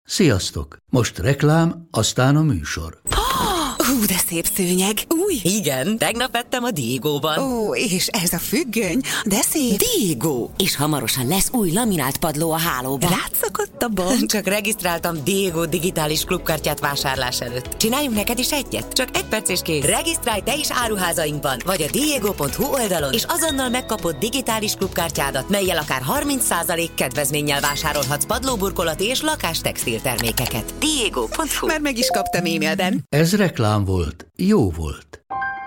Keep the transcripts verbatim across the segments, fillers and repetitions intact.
Sziasztok! Most reklám, aztán a műsor. Hú, de szép szőnyeg. Új. Igen, tegnap vettem a Diegóban. Ó, és ez a függöny, de szép. Diegó. És hamarosan lesz új laminált padló a hálóban. Rátszakadt a bank. Csak regisztráltam Diegó digitális klubkártyát vásárlás előtt. Csináljunk neked is egyet? Csak egy perc és kész. Regisztrálj te is áruházainkban, vagy a diego pont hu oldalon, és azonnal megkapod digitális klubkártyádat, mellyel akár harminc százalék kedvezménnyel vásárolhatsz padlóburkolati és lakástextil termékeket. diego pont hu. Már meg is kaptam e-mailben. Ez reklám volt, jó volt.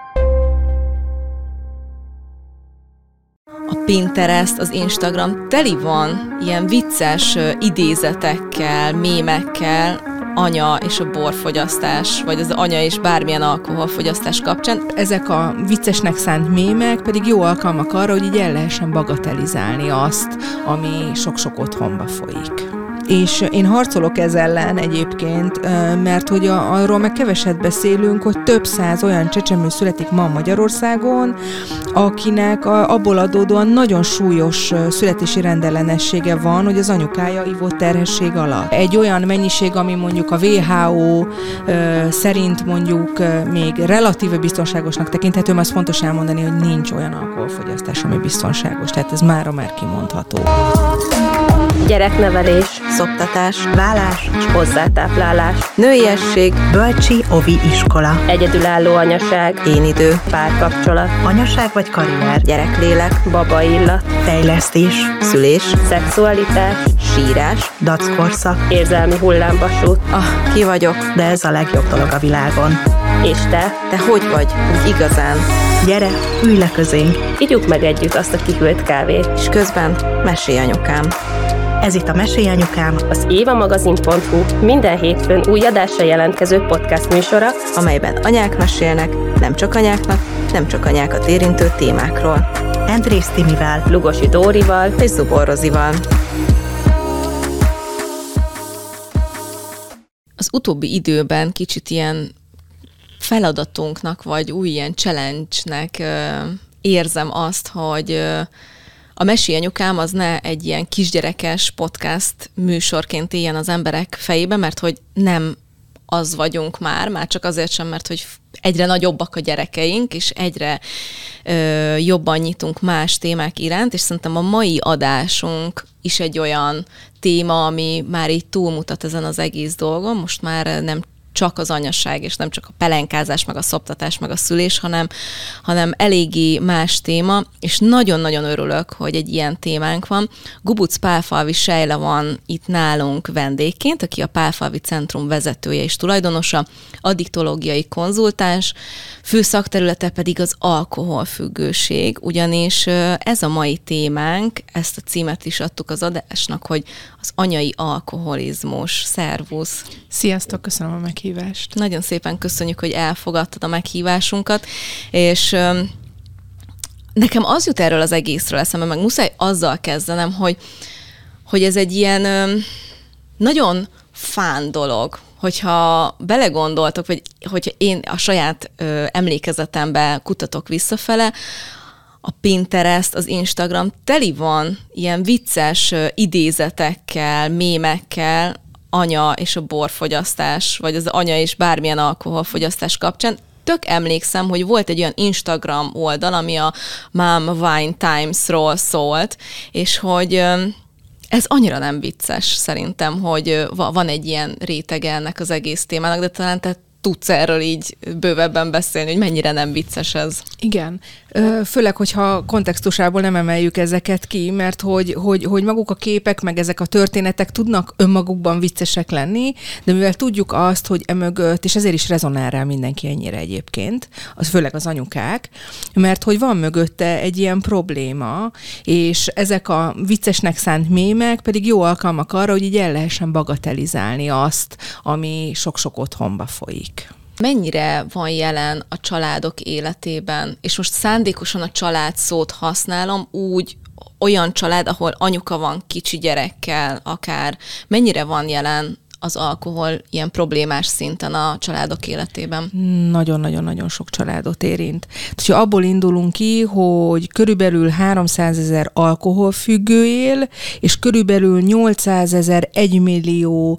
A Pinterest, az Instagram teli van ilyen vicces idézetekkel, mémekkel, anya és a borfogyasztás, vagy az anya és bármilyen alkoholfogyasztás kapcsán. Ezek a viccesnek szánt mémek pedig jó alkalmak arra, hogy így el lehessen bagatelizálni azt, ami sok-sok otthonba folyik. És én harcolok ez ellen egyébként, mert hogy a, arról meg keveset beszélünk, hogy több száz olyan csecsemő születik ma Magyarországon, akinek a, abból adódóan nagyon súlyos születési rendellenessége van, hogy az anyukája ivott terhesség alatt. Egy olyan mennyiség, ami mondjuk a dupla vé há ó szerint mondjuk még relatíve biztonságosnak tekinthető, azt fontos elmondani, hogy nincs olyan alkoholfogyasztás, ami biztonságos. Tehát ez mára már kimondható. Gyereknevelés, szoptatás, vállás és hozzátáplálás, nőiesség, bölcsi ovi iskola, egyedülálló anyaság, én idő, párkapcsolat, anyaság vagy karrier, gyereklélek, baba illat, fejlesztés, szülés, szexualitás, sírás, dackorszak, érzelmi hullámvasút. Ah, ki vagyok? De ez a legjobb dolog a világon. És te? Te hogy vagy? Úgy igazán? Gyere, ülj le közénk! Igyuk meg együtt azt a kihűlt kávét. És közben mesélj anyukám. Ez itt a Mesélj Anyukám, az évamagazin pont hu minden hétfőn új adásra jelentkező podcast műsora, amelyben anyák mesélnek, nem csak anyáknak, nem csak anyákat érintő témákról. Andrész Timivel, Lugosi Dórival és Zubor Rozival. Az utóbbi időben kicsit ilyen feladatunknak, vagy új ilyen challenge-nek ö, érzem azt, hogy ö, a Mesélj Anyukám az ne egy ilyen kisgyerekes podcast műsorként éljen az emberek fejébe, mert hogy nem az vagyunk már, már csak azért sem, mert hogy egyre nagyobbak a gyerekeink, és egyre ö, jobban nyitunk más témák iránt, és szerintem a mai adásunk is egy olyan téma, ami már így túlmutat ezen az egész dolgon, most már nem csak az anyaság, és nem csak a pelenkázás, meg a szoptatás, meg a szülés, hanem, hanem eléggé más téma, és nagyon-nagyon örülök, hogy egy ilyen témánk van. Gubuc Pálfalvi Sejla van itt nálunk vendégként, aki a Pálfalvi Centrum vezetője és tulajdonosa, addiktológiai konzultáns, fő szakterülete pedig az alkoholfüggőség, ugyanis ez a mai témánk, ezt a címet is adtuk az adásnak, hogy az anyai alkoholizmus. Szervusz! Sziasztok, köszönöm a meghívást. Nagyon szépen köszönjük, hogy elfogadtad a meghívásunkat, és öm, nekem az jut erről az egészről eszembe, meg muszáj azzal kezdenem, hogy, hogy ez egy ilyen öm, nagyon fán dolog, hogyha belegondoltok, vagy hogyha én a saját ö, emlékezetembe kutatok visszafele, a Pinterest, az Instagram teli van ilyen vicces ö, idézetekkel, mémekkel, anya és a borfogyasztás, vagy az anya és bármilyen alkoholfogyasztás kapcsán. Tök emlékszem, hogy volt egy olyan Instagram oldal, ami a Mom Wine Times-ról szólt, és hogy ez annyira nem vicces szerintem, hogy van egy ilyen rétege ennek az egész témának, de talán te tudsz erről így bővebben beszélni, hogy mennyire nem vicces ez. Igen. Főleg, hogyha kontextusából nem emeljük ezeket ki, mert hogy, hogy, hogy maguk a képek, meg ezek a történetek tudnak önmagukban viccesek lenni, de mivel tudjuk azt, hogy emögött, és ezért is rezonál rá mindenki ennyire egyébként, az főleg az anyukák, mert hogy van mögötte egy ilyen probléma, és ezek a viccesnek szánt mémek pedig jó alkalmak arra, hogy így el lehessen bagatelizálni azt, ami sok-sok otthonba folyik. Mennyire van jelen a családok életében, és most szándékosan a család szót használom, úgy olyan család, ahol anyuka van kicsi gyerekkel akár, mennyire van jelen az alkohol ilyen problémás szinten a családok életében? Nagyon-nagyon-nagyon sok családot érint. Tehát, ha abból indulunk ki, hogy körülbelül háromszázezer alkoholfüggő él, és körülbelül nyolcszázezer, egymillió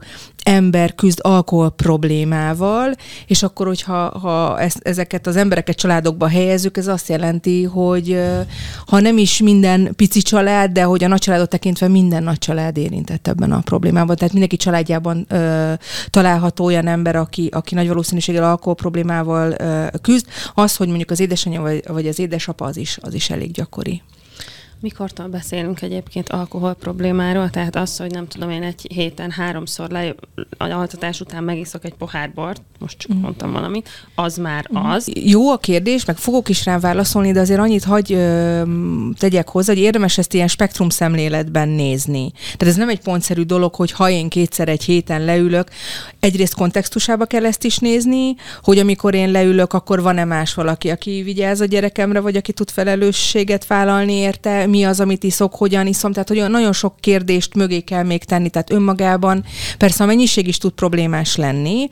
ember küzd alkohol problémával, és akkor, hogyha ha ezt, ezeket az embereket családokba helyezzük, ez azt jelenti, hogy ha nem is minden pici család, de hogy a nagy családot tekintve minden nagy család érintett ebben a problémában. Tehát mindenki családjában ö, található olyan ember, aki, aki nagy valószínűséggel alkohol problémával ö, küzd. Az, hogy mondjuk az édesanyja vagy, vagy az édesapa, az is, az is elég gyakori. Mikortól beszélünk egyébként alkohol problémáról? Tehát az, hogy nem tudom, én egy héten háromszor le, a altatás után megiszok egy pohár bort, most csak mondtam valamit, az már az. Jó a kérdés, meg fogok is rá válaszolni, de azért annyit hagy ö, tegyek hozzá, hogy érdemes ezt ilyen spektrum szemléletben nézni. Tehát ez nem egy pontszerű dolog, hogy ha én kétszer egy héten leülök, egyrészt kontextusába kell ezt is nézni, hogy amikor én leülök, akkor van-e más valaki, aki vigyáz a gyerekemre, vagy aki tud felelősséget vállalni érte, mi az, amit iszok, hogyan iszom, tehát hogy nagyon sok kérdést mögé kell még tenni, tehát önmagában persze a mennyiség is tud problémás lenni,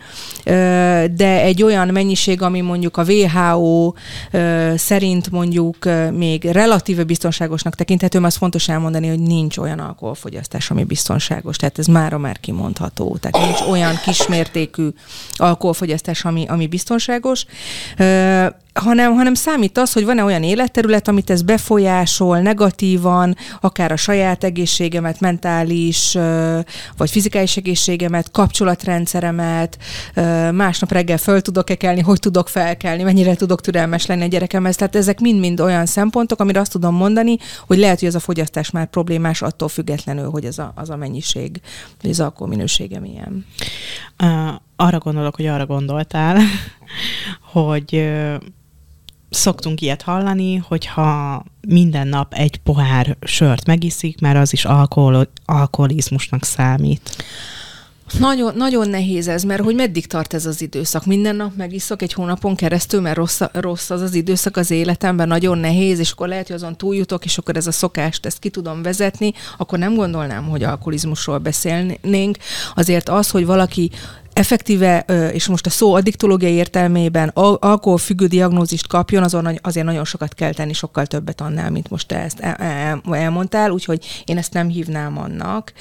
de egy olyan mennyiség, ami mondjuk a dupla vé há ó szerint mondjuk még relatíve biztonságosnak tekinthető, az fontos elmondani, hogy nincs olyan alkoholfogyasztás, ami biztonságos, tehát ez mára már kimondható, tehát nincs olyan kismértékű alkoholfogyasztás, ami, ami biztonságos, hanem, hanem számít az, hogy van-e olyan életterület, amit ez befolyásol negatívan, akár a saját egészségemet, mentális vagy fizikális egészségemet, kapcsolatrendszeremet, másnap reggel föl tudok-e kelni, hogy tudok felkelni, mennyire tudok türelmes lenni a gyerekemhez. Tehát ezek mind-mind olyan szempontok, amire azt tudom mondani, hogy lehet, hogy ez a fogyasztás már problémás attól függetlenül, hogy ez a, az a mennyiség, vagy az alkoholminősége milyen. Uh, arra gondolok, hogy arra gondoltál, hogy uh, szoktunk ilyet hallani, hogyha minden nap egy pohár sört megiszik, mert az is alkohol, alkoholizmusnak számít. Nagyon, nagyon nehéz ez, mert hogy meddig tart ez az időszak? Minden nap megiszok egy hónapon keresztül, mert rossz, rossz az az időszak az életemben, nagyon nehéz, és akkor lehet, hogy azon túljutok, és akkor ez a szokást, ezt ki tudom vezetni, akkor nem gondolnám, hogy alkoholizmusról beszélnénk. Azért az, hogy valaki effektíve, és most a szó addiktológiai értelmében alkoholfüggő diagnózist kapjon, azon azért nagyon sokat kell tenni, sokkal többet annál, mint most te ezt elmondtál, úgyhogy én ezt nem hívnám annak.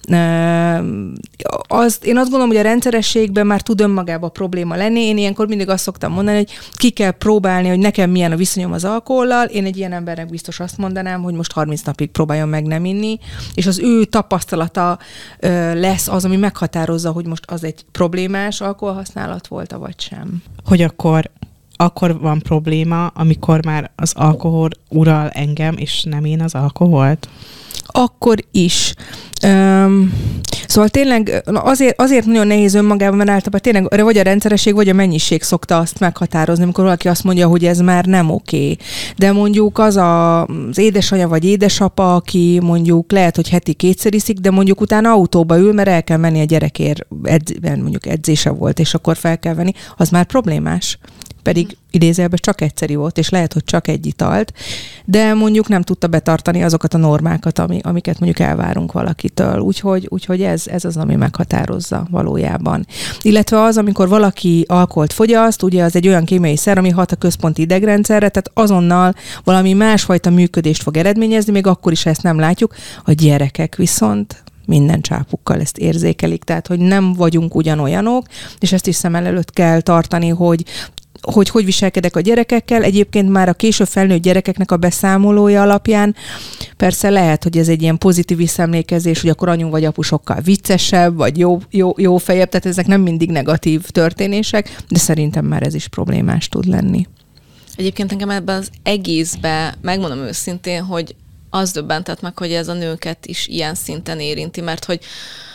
Az, én azt gondolom, hogy a rendszerességben már tud önmagában probléma lenni. Én ilyenkor mindig azt szoktam mondani, hogy ki kell próbálni, hogy nekem milyen a viszonyom az alkohollal. Én egy ilyen embernek biztos azt mondanám, hogy most harminc napig próbáljon meg nem inni, és az ő tapasztalata lesz az, ami meghatározza, hogy most az egy problémás alkoholhasználat volt, vagy sem. Hogy akkor, akkor van probléma, amikor már az alkohol ural engem, és nem én az alkoholt? Akkor is. Um, szóval tényleg azért, azért nagyon nehéz önmagában, mert általában tényleg vagy a rendszeresség, vagy a mennyiség szokta azt meghatározni, amikor valaki azt mondja, hogy ez már nem oké. De mondjuk az a, az édesanyja vagy édesapa, aki mondjuk lehet, hogy heti kétszer iszik, de mondjuk utána autóba ül, mert el kell menni a gyerekért, edz, mondjuk edzése volt, és akkor fel kell venni, az már problémás. Pedig idézőjelben csak egyszeri volt, és lehet, hogy csak egy italt, de mondjuk nem tudta betartani azokat a normákat, ami, amiket mondjuk elvárunk valakitől. Úgyhogy, úgyhogy ez, ez az, ami meghatározza valójában. Illetve az, amikor valaki alkoholt fogyaszt, ugye az egy olyan kémiai szer, ami hat a központi idegrendszerre, tehát azonnal valami másfajta működést fog eredményezni, még akkor is ezt nem látjuk. A gyerekek viszont minden csápukkal ezt érzékelik, tehát hogy nem vagyunk ugyanolyanok, és ezt is szem előtt kell tartani, hogy hogy hogy viselkedek a gyerekekkel. Egyébként már a később felnőtt gyerekeknek a beszámolója alapján persze lehet, hogy ez egy ilyen pozitív visszaemlékezés, hogy akkor anyu vagy apu sokkal viccesebb, vagy jó, jó, jó fejebb, tehát ezek nem mindig negatív történések, de szerintem már ez is problémás tud lenni. Egyébként engem ebben az egészben, megmondom őszintén, hogy az döbbentett meg, hogy ez a nőket is ilyen szinten érinti, mert hogy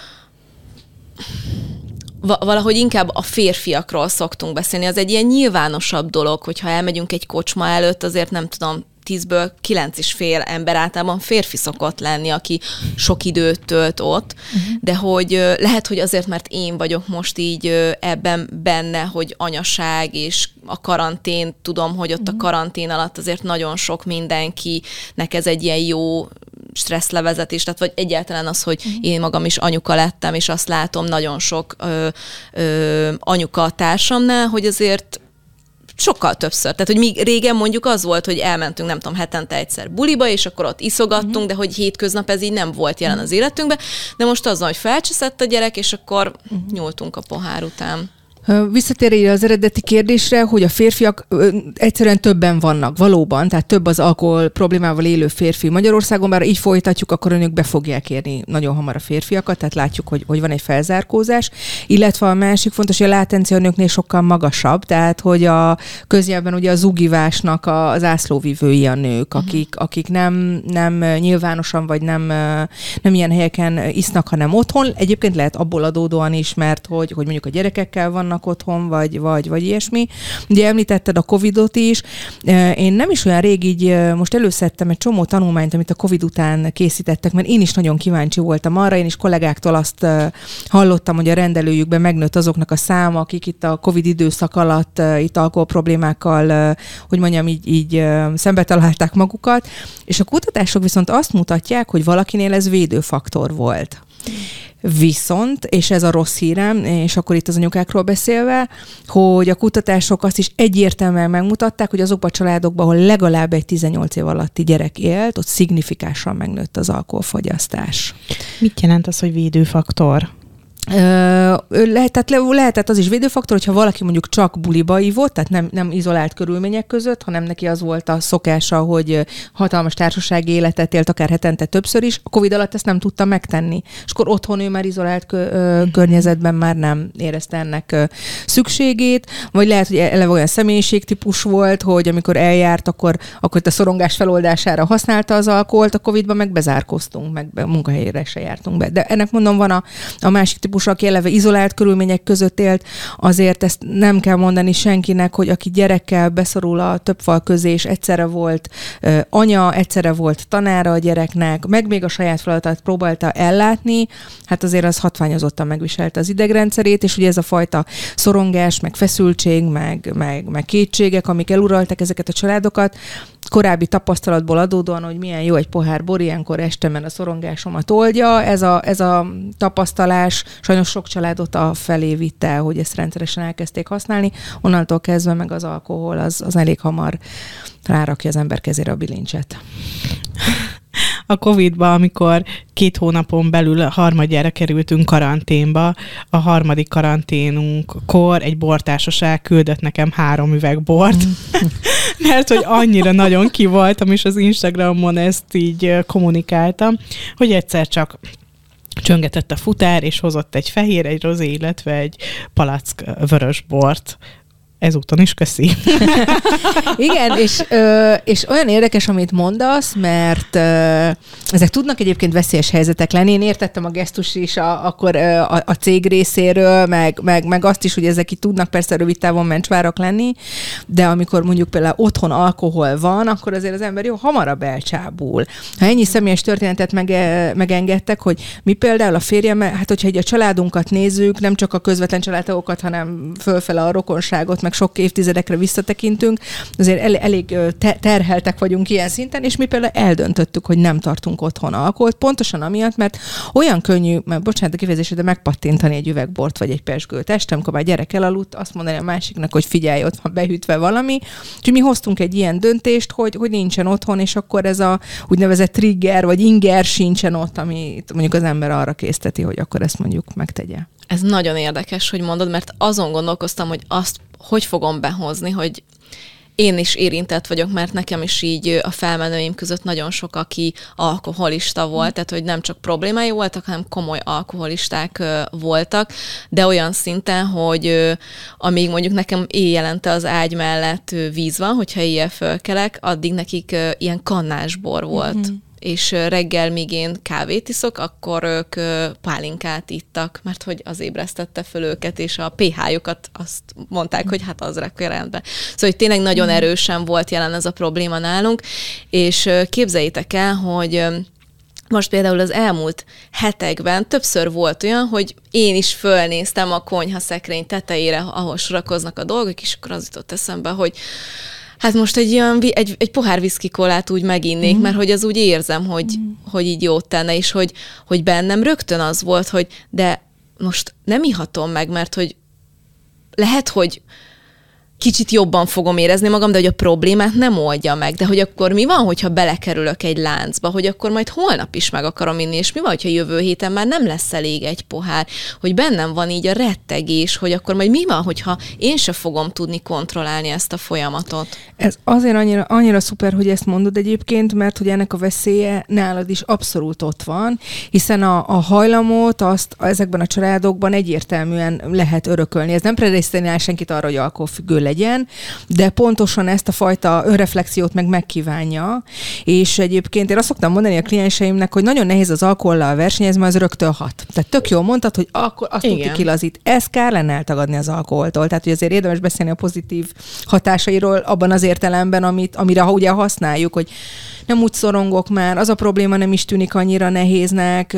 valahogy inkább a férfiakról szoktunk beszélni. Az egy ilyen nyilvánosabb dolog, hogyha elmegyünk egy kocsma előtt, azért nem tudom, tízből kilenc és fél ember általában férfi szokott lenni, aki sok időt tölt ott, uh-huh. de hogy lehet, hogy azért, mert én vagyok most így ebben benne, hogy anyaság és a karantén, tudom, hogy ott uh-huh. a karantén alatt azért nagyon sok mindenkinek ez egy ilyen jó stresszlevezetés, tehát vagy egyáltalán az, hogy uh-huh. én magam is anyuka lettem, és azt látom nagyon sok ö, ö, anyuka társamnál, hogy azért sokkal többször. Tehát, hogy még régen mondjuk az volt, hogy elmentünk, nem tudom, hetente egyszer buliba, és akkor ott iszogattunk, uh-huh. de hogy hétköznap ez így nem volt jelen az életünkben, de most az, hogy felcseszett a gyerek, és akkor uh-huh. nyúltunk a pohár után. Visszatérve az eredeti kérdésre, hogy a férfiak ö, egyszerűen többen vannak, valóban, tehát több az alkohol problémával élő férfi Magyarországon, bár így folytatjuk, akkor önök be fogják érni nagyon hamar a férfiakat, tehát látjuk, hogy, hogy van egy felzárkózás, illetve a másik fontos, hogy a látencia a nőknél sokkal magasabb, tehát hogy a köznyelvben ugye a zugivásnak a, az ászlóvivői a nők, akik, akik nem, nem nyilvánosan, vagy nem, nem ilyen helyeken isznak, hanem otthon. Egyébként lehet abból adódóan is, mert hogy, hogy mondjuk a gyerekekkel vannak otthon, vagy, vagy, vagy ilyesmi. Ugye említetted a Covidot is. Én nem is olyan rég így most előszedtem egy csomó tanulmányt, amit a Covid után készítettek, mert én is nagyon kíváncsi voltam arra, én is kollégáktól azt hallottam, hogy a rendelőjükben megnőtt azoknak a száma, akik itt a Covid időszak alatt itt alkohol problémákkal, hogy mondjam, így, így szembe találták magukat, és a kutatások viszont azt mutatják, hogy valakinél ez védőfaktor volt. Viszont, és ez a rossz hírem, és akkor itt az anyukákról beszélve, hogy a kutatások azt is egyértelműen megmutatták, hogy azokban a családokban, ahol legalább egy tizennyolc év alatti gyerek élt, ott szignifikánsan megnőtt az alkoholfogyasztás. Mit jelent az, hogy védőfaktor? Lehetett, lehetett az is védőfaktor, hogyha valaki mondjuk csak buliba ivott, tehát nem, nem izolált körülmények között, hanem neki az volt a szokása, hogy hatalmas társasági életet élt, akár hetente többször is. A Covid alatt ezt nem tudta megtenni. És akkor otthon ő már izolált kö, ö, környezetben már nem érezte ennek ö, szükségét, vagy lehet, hogy eleve olyan személyiségtípus volt, hogy amikor eljárt, akkor, akkor a szorongás feloldására használta az alkoholt, a Covidban meg bezárkoztunk, meg be, munkahelyére se jártunk be. De ennek mondom, van a, a másik típus, aki eleve izolált körülmények között élt, azért ezt nem kell mondani senkinek, hogy aki gyerekkel beszorul a több fal közé, és egyszerre volt uh, anya, egyszerre volt tanára a gyereknek, meg még a saját feladatát próbálta ellátni, hát azért az hatványozottan megviselte az idegrendszerét, és ugye ez a fajta szorongás, meg feszültség, meg, meg, meg kétségek, amik eluraltak ezeket a családokat, korábbi tapasztalatból adódóan, hogy milyen jó egy pohár bor, ilyenkor este, mert a szorongásomat oldja. Ez a, ez a tapasztalás sajnos sok családot a felé vitte, hogy ezt rendszeresen elkezdték használni. Onnantól kezdve meg az alkohol, az, az elég hamar rárakja az ember kezére a bilincset. A Covidban, amikor két hónapon belül harmadjára kerültünk karanténba, a harmadik karanténunkkor egy bortársaság küldött nekem három üveg bort, mert hogy annyira nagyon ki voltam, és az Instagramon ezt így kommunikáltam, hogy egyszer csak csöngetett a futár, és hozott egy fehér, egy rozé, illetve egy palack vörös bort. Ezúton is köszi. Igen, és, ö, és olyan érdekes, amit mondasz, mert ö, ezek tudnak egyébként veszélyes helyzetek lenni. Én értettem a gesztus is a, akkor ö, a, a cég részéről, meg, meg, meg azt is, hogy ezek itt tudnak persze rövid távon mencsvárak lenni, de amikor mondjuk például otthon alkohol van, akkor azért az ember jó hamarabb elcsábul. Ha ennyi személyes történetet mege, megengedtek, hogy mi például a férjem, hát hogyha egy a családunkat nézzük, nem csak a közvetlen családtagokat, hanem fölfele a rokonságot, meg sok évtizedekre visszatekintünk, azért el, elég te- terheltek vagyunk ilyen szinten, és mi például eldöntöttük, hogy nem tartunk otthon alkoholt, pontosan amiatt, mert olyan könnyű, mert bocsánat a kifejezésre, de megpattintani egy üvegbort vagy egy pezsgőt este, amikor már gyerek elaludt, azt mondani a másiknak, hogy figyelj, ott van behűtve valami. Úgyhogy mi hoztunk egy ilyen döntést, hogy, hogy nincsen otthon, és akkor ez a úgynevezett trigger, vagy inger sincsen ott, ami mondjuk az ember arra készteti, hogy akkor ezt mondjuk megtegye. Ez nagyon érdekes, hogy mondod, mert azon gondolkoztam, hogy azt hogy fogom behozni, hogy én is érintett vagyok, mert nekem is így a felmenőim között nagyon sok, aki alkoholista volt, tehát hogy nem csak problémái voltak, hanem komoly alkoholisták voltak, de olyan szinten, hogy amíg mondjuk nekem éjjelente az ágy mellett víz van, hogyha éjjel fölkelek, addig nekik ilyen kannásbor volt. Mm-hmm. És reggel, míg én kávét iszok, akkor ők pálinkát ittak, mert hogy az ébresztette föl őket, és a pé há-jukat azt mondták, hogy hát az rakja rendbe. Szóval, hogy tényleg nagyon erősen volt jelen ez a probléma nálunk, és képzeljétek el, hogy most például az elmúlt hetekben többször volt olyan, hogy én is fölnéztem a konyhaszekrény tetejére, ahol sorakoznak a dolgok, és akkor az jutott eszembe, hogy hát most egy, olyan, egy, egy pohár viszkikolát úgy meginnék, mm. mert hogy az úgy érzem, hogy, mm. hogy így jót tenne, és hogy, hogy bennem rögtön az volt, hogy de most nem ihatom meg, mert hogy lehet, hogy kicsit jobban fogom érezni magam, de hogy a problémát nem oldja meg. De hogy akkor mi van, hogyha belekerülök egy láncba, hogy akkor majd holnap is meg akarom inni, és mi van, hogyha jövő héten már nem lesz elég egy pohár, hogy bennem van így a rettegés, hogy akkor majd mi van, hogyha én se fogom tudni kontrollálni ezt a folyamatot. Ez azért annyira, annyira szuper, hogy ezt mondod egyébként, mert hogy ennek a veszélye nálad is abszolút ott van, hiszen a, a hajlamot azt ezekben a családokban egyértelműen lehet örökölni. Ez nem predesztinál senkit arra, hogy alkoholfüggő legyen, de pontosan ezt a fajta önreflexiót meg megkívánja, és egyébként én azt szoktam mondani a klienseimnek, hogy nagyon nehéz az alkohollal versenyezni, mert az rögtön hat. Tehát tök jól mondtad, hogy akkor azt tudni kilazít. Ez kár lenne eltagadni az alkoholtól. Tehát, hogy azért érdemes beszélni a pozitív hatásairól abban az értelemben, amit, amire ha ugye használjuk, hogy nem úgy szorongok már, az a probléma nem is tűnik annyira nehéznek.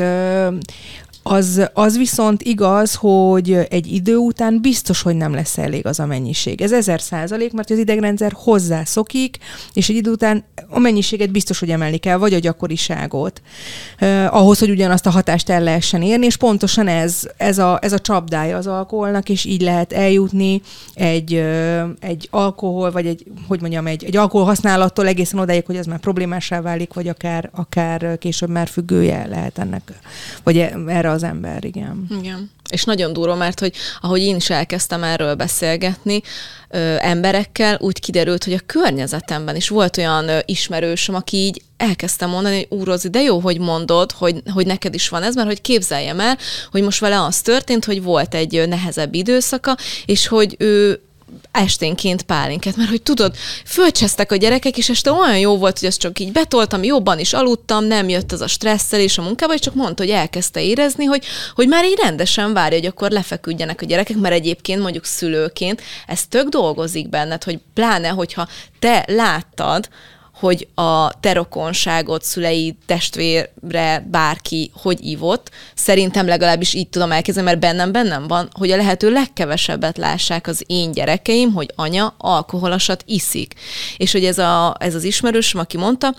Az, az viszont igaz, hogy egy idő után biztos, hogy nem lesz elég az a mennyiség. Ez ezer százalék, mert az idegrendszer hozzászokik, és egy idő után a mennyiséget biztos, hogy emelni kell, vagy a gyakoriságot, eh, ahhoz, hogy ugyanazt a hatást el lehessen érni, és pontosan ez, ez, a, ez a csapdája az alkoholnak, és így lehet eljutni egy, eh, egy alkohol, vagy egy, hogy mondjam, egy, egy alkohol használattól egészen odáig, hogy ez már problémássá válik, vagy akár, akár később már függője lehet ennek, vagy erre az ember, igen. Igen. És nagyon durva, mert hogy ahogy én is elkezdtem erről beszélgetni ö, emberekkel, úgy kiderült, hogy a környezetemben is volt olyan ö, ismerősöm, aki így elkezdtem mondani, hogy úr Rozi, de jó, hogy mondod, hogy, hogy neked is van ez, mert hogy képzeljem el, hogy most vele az történt, hogy volt egy ö, nehezebb időszaka, és hogy ő esténként pálinkát, mert hogy tudod, fölcsesztek a gyerekek, és este olyan jó volt, hogy azt csak így betoltam, jobban is aludtam, nem jött az a stresszelés a munkába, és csak mondta, hogy elkezdte érezni, hogy, hogy már így rendesen várja, hogy akkor lefeküdjenek a gyerekek, mert egyébként mondjuk szülőként ez tök dolgozik benned, hogy pláne, hogyha te láttad, hogy a te rokonságod, szülei, testvére, bárki, hogy ivott. Szerintem legalábbis így tudom elkezdeni, mert bennem bennem van, hogy a lehető legkevesebbet lássák az én gyerekeim, hogy anya alkoholosat iszik. És hogy ez, a, ez az ismerősöm, aki mondta,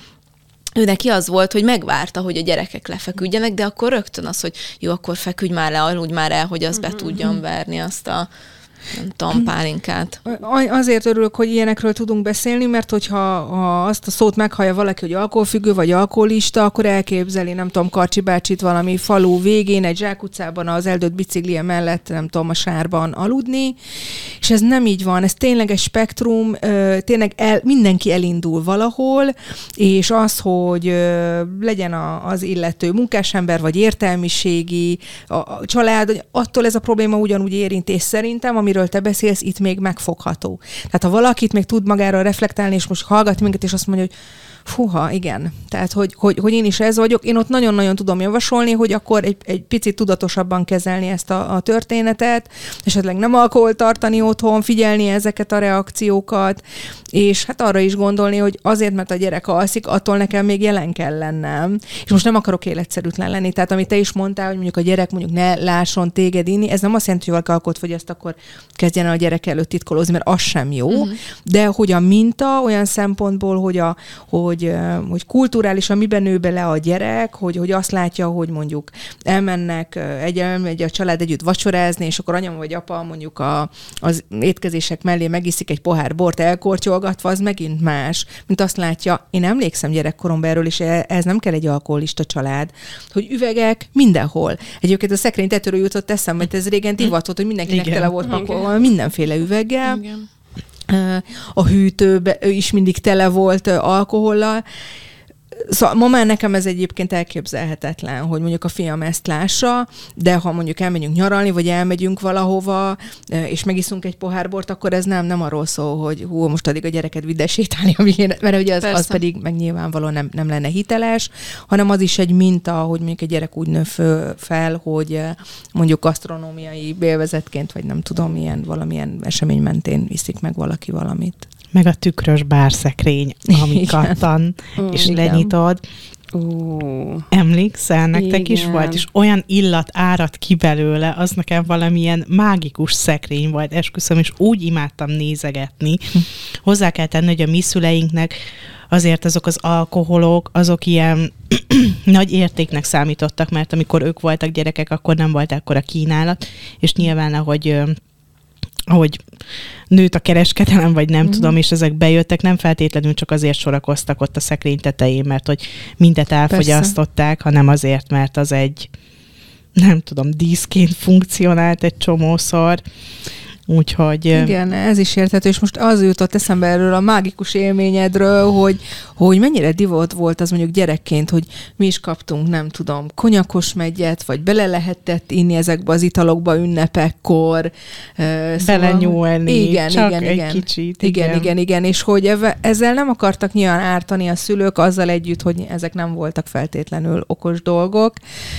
ő neki az volt, hogy megvárta, hogy a gyerekek lefeküdjenek, de akkor rögtön az, hogy jó, akkor feküdj már le, aludj már el, hogy az be tudjam verni azt a nem tudom, pálinkát. Azért örülök, hogy ilyenekről tudunk beszélni, mert hogyha ha azt a szót meghallja valaki, hogy alkoholfüggő vagy alkoholista, akkor elképzeli, nem tudom, Karcsi bácsit valami falu végén, egy zsákutcában az eldőtt biciklie mellett, nem tudom, a sárban aludni, és ez nem így van, ez tényleg egy spektrum, tényleg el, mindenki elindul valahol, és az, hogy legyen a, az illető munkásember, vagy értelmiségi, a, a család, attól ez a probléma ugyanúgy érint, és szerintem, amiről te beszélsz, itt még megfogható. Tehát ha valakit még tud magára reflektálni, és most hallgat minket, és azt mondja, hogy fúha, igen. Tehát, hogy, hogy, hogy én is ez vagyok. Én ott nagyon-nagyon tudom javasolni, hogy akkor egy, egy picit tudatosabban kezelni ezt a, a történetet, esetleg nem alkoholt tartani otthon, figyelni ezeket a reakciókat, és hát arra is gondolni, hogy azért, mert a gyerek alszik, attól nekem még jelen kell lennem. És most nem akarok életszerűtlen lenni. Tehát, amit te is mondtál, hogy mondjuk a gyerek mondjuk ne lásson téged inni, ez nem azt jelenti, hogy valaki alkoholt fogyaszt, akkor kezdjen el a gyerek előtt titkolózni, mert az sem jó. Uh-huh. De hogy a minta olyan szempontból, hogy a hogy, hogy kulturálisan miben nő bele a gyerek, hogy, hogy azt látja, hogy mondjuk elmennek egy, egy a család együtt vacsorázni, és akkor anya vagy apa mondjuk a, az étkezések mellé megiszik egy pohár bort elkortyolgatva, az megint más, mint azt látja. Én emlékszem gyerekkoromban erről, és ez nem kell egy alkoholista család, hogy üvegek mindenhol. Egyébként a szekrény tetőről jutott eszembe, hogy ez régen divatott, hogy mindenkinek igen, tele volt pakolva mindenféle üveggel. Igen. A hűtőbe is mindig tele volt alkohollal. Szóval ma már nekem ez egyébként elképzelhetetlen, hogy mondjuk a fiam ezt lássa, de ha mondjuk elmegyünk nyaralni, vagy elmegyünk valahova, és megiszunk egy pohár bort, akkor ez nem, nem arról szól, hogy hú, most addig a gyereket vidd el sétálni, mert ugye az, az pedig meg nyilvánvalóan nem, nem lenne hiteles, hanem az is egy minta, hogy mondjuk egy gyerek úgy nő fel, hogy mondjuk gasztronómiai bélvezetként, vagy nem tudom, milyen valamilyen esemény mentén iszik meg valaki valamit. Meg a tükrös bárszekrény, ami kattan, és igen. lenyitod. Uh, Emlékszel, nektek igen. is volt, és olyan illat árad ki belőle, az nekem valamilyen mágikus szekrény volt, esküszöm, és úgy imádtam nézegetni. Hozzá kell tenni, hogy a mi szüleinknek azért azok az alkoholok, azok ilyen nagy értéknek számítottak, mert amikor ők voltak gyerekek, akkor nem volt ekkora kínálat, és nyilván, ahogy ahogy nőtt a kereskedelem, vagy nem Mhm. tudom, és ezek bejöttek, nem feltétlenül csak azért sorakoztak ott a szekrény tetején, mert hogy mindet elfogyasztották, hanem azért, mert az egy, nem tudom, díszként funkcionált egy csomószor. Úgyhogy... Igen, ez is érthető, és most az jutott eszembe erről a mágikus élményedről, hogy, hogy mennyire divat volt az mondjuk gyerekként, hogy mi is kaptunk, nem tudom, konyakos megyet, vagy bele lehetett inni ezekbe az italokba ünnepekkor. Belenyúlni, igen, csak igen, egy igen. kicsit. Igen, Igen, igen, igen, és hogy eve, ezzel nem akartak nyilván ártani a szülők, azzal együtt, hogy ezek nem voltak feltétlenül okos dolgok,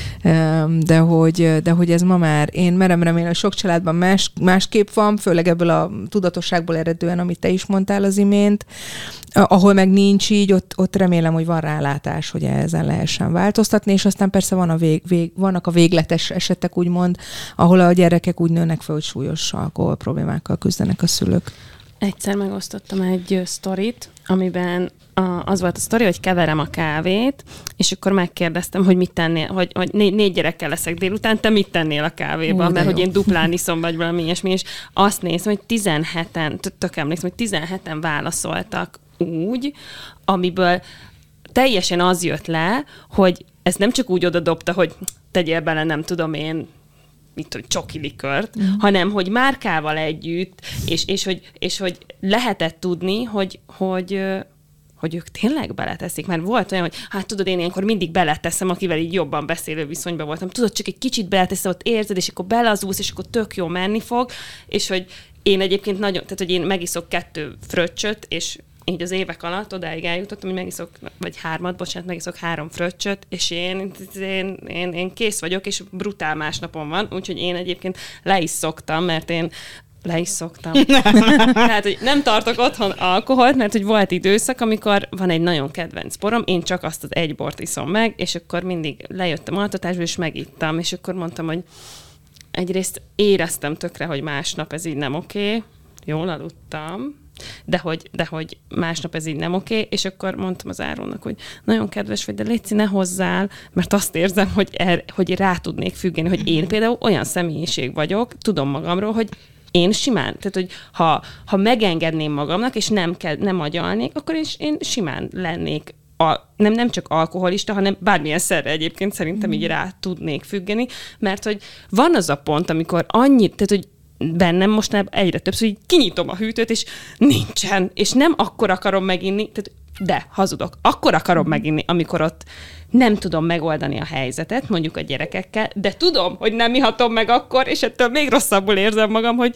de hogy, de hogy ez ma már, én merem remélni, hogy sok családban más, másképp van, főleg ebből a tudatosságból eredően, amit te is mondtál az imént. Ahol meg nincs így, ott, ott remélem, hogy van rálátás, hogy ezen lehessen változtatni, és aztán persze van a vég, vég, vannak a végletes esetek, úgymond, ahol a gyerekek úgy nőnek fel, hogy súlyos alkohol problémákkal küzdenek a szülők. Egyszer megosztottam egy sztorit, amiben a, az volt a sztori, hogy keverem a kávét, és akkor megkérdeztem, hogy mit tennél, hogy, hogy négy, négy gyerekkel leszek délután, te mit tennél a kávéban, Ó, mert jó. hogy én duplán iszom, vagy valami ilyesmi, és azt nézem, hogy tizenheten, tök emlékszem, hogy tizenheten válaszoltak úgy, amiből teljesen az jött le, hogy ez nem csak úgy oda dobta, hogy tegyél bele, nem tudom én, mit tudom, csoki likört, mm. hanem hogy márkával együtt, és, és, hogy, és hogy lehetett tudni, hogy, hogy, hogy ők tényleg beleteszik. Mert volt olyan, hogy hát tudod, én ilyenkor mindig beleteszem, akivel így jobban beszélő viszonyban voltam. Tudod, csak egy kicsit beleteszem, ott érzed, és akkor belazúsz, és akkor tök jó menni fog, és hogy én egyébként nagyon, tehát hogy én megiszok kettő fröccsöt, és így az évek alatt odáig eljutottam, hogy megiszok, vagy hármat, bocsánat, megiszok három fröccsöt, és én, én, én, én kész vagyok, és brutál másnapon van, úgyhogy én egyébként le is szoktam, mert én le is szoktam. Tehát, hogy nem tartok otthon alkoholt, mert hogy volt időszak, amikor van egy nagyon kedvenc borom, én csak azt az egy bort iszom meg, és akkor mindig lejöttem altatásból, és megittam, és akkor mondtam, hogy egyrészt éreztem tökre, hogy másnap ez így nem oké, okay. Jól aludtam, de hogy, de hogy másnap ez így nem oké, okay, és akkor mondtam az Áronnak, hogy nagyon kedves vagy, de létszi, ne hozzál, mert azt érzem, hogy, er, hogy rá tudnék függeni, hogy én például olyan személyiség vagyok, tudom magamról, hogy én simán, tehát hogy ha, ha megengedném magamnak, és nem, kell, nem agyalnék, akkor is én simán lennék a, nem, nem csak alkoholista, hanem bármilyen szerre egyébként szerintem így rá tudnék függeni, mert hogy van az a pont, amikor annyit, tehát hogy bennem mostanában egyre többször, hogy kinyitom a hűtőt, és nincsen, és nem akkor akarom meginni, tehát de, hazudok, akkor akarom meginni, amikor ott nem tudom megoldani a helyzetet, mondjuk a gyerekekkel, de tudom, hogy nem ihatom meg akkor, és ettől még rosszabbul érzem magam, hogy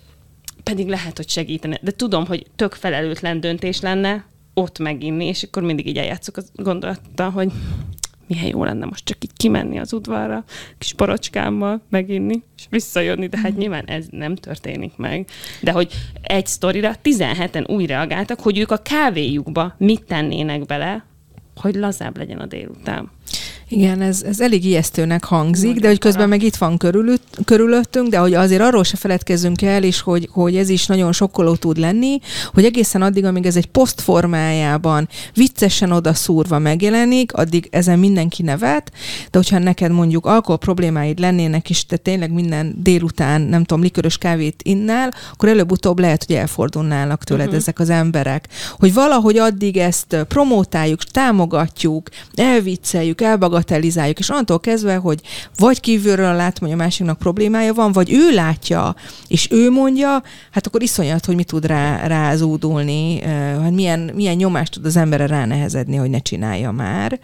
pedig lehet, hogy segítene, de tudom, hogy tök felelőtlen döntés lenne ott meginni, és akkor mindig így eljátszok az gondolattal, hogy milyen jó lenne most csak így kimenni az udvarra, kis borocskámmal meginni, és visszajönni, de hát nyilván ez nem történik meg. De hogy egy sztorira tizenheten úgy reagáltak, hogy ők a kávéjukba mit tennének bele, hogy lazább legyen a délután. Igen, ez, ez elég ijesztőnek hangzik, de hogy közben meg itt van körülött, körülöttünk, de hogy azért arról se feledkezzünk el is, hogy, hogy ez is nagyon sokkoló tud lenni, hogy egészen addig, amíg ez egy poszt formájában viccesen oda szúrva megjelenik, addig ezen mindenki nevet, de hogyha neked mondjuk alkohol problémáid lennének, és te tényleg minden délután, nem tudom, likörös kávét innál, akkor előbb-utóbb lehet, hogy elfordulnának tőled uh-huh. ezek az emberek. Hogy valahogy addig ezt promótáljuk, támogatjuk, elvicceljük, elbagatelizáljuk, és onnantól kezdve, hogy vagy kívülről látom, hogy a másiknak problémája van, vagy ő látja, és ő mondja, hát akkor iszonyat, hogy mi tud rá, rá zúdulni, hogy milyen, milyen nyomást tud az emberre ránehezedni, hogy ne csinálja már.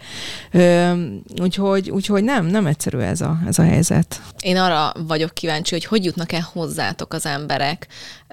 Úgyhogy, úgyhogy nem, nem egyszerű ez a, ez a helyzet. Én arra vagyok kíváncsi, hogy hogy jutnak el hozzátok az emberek,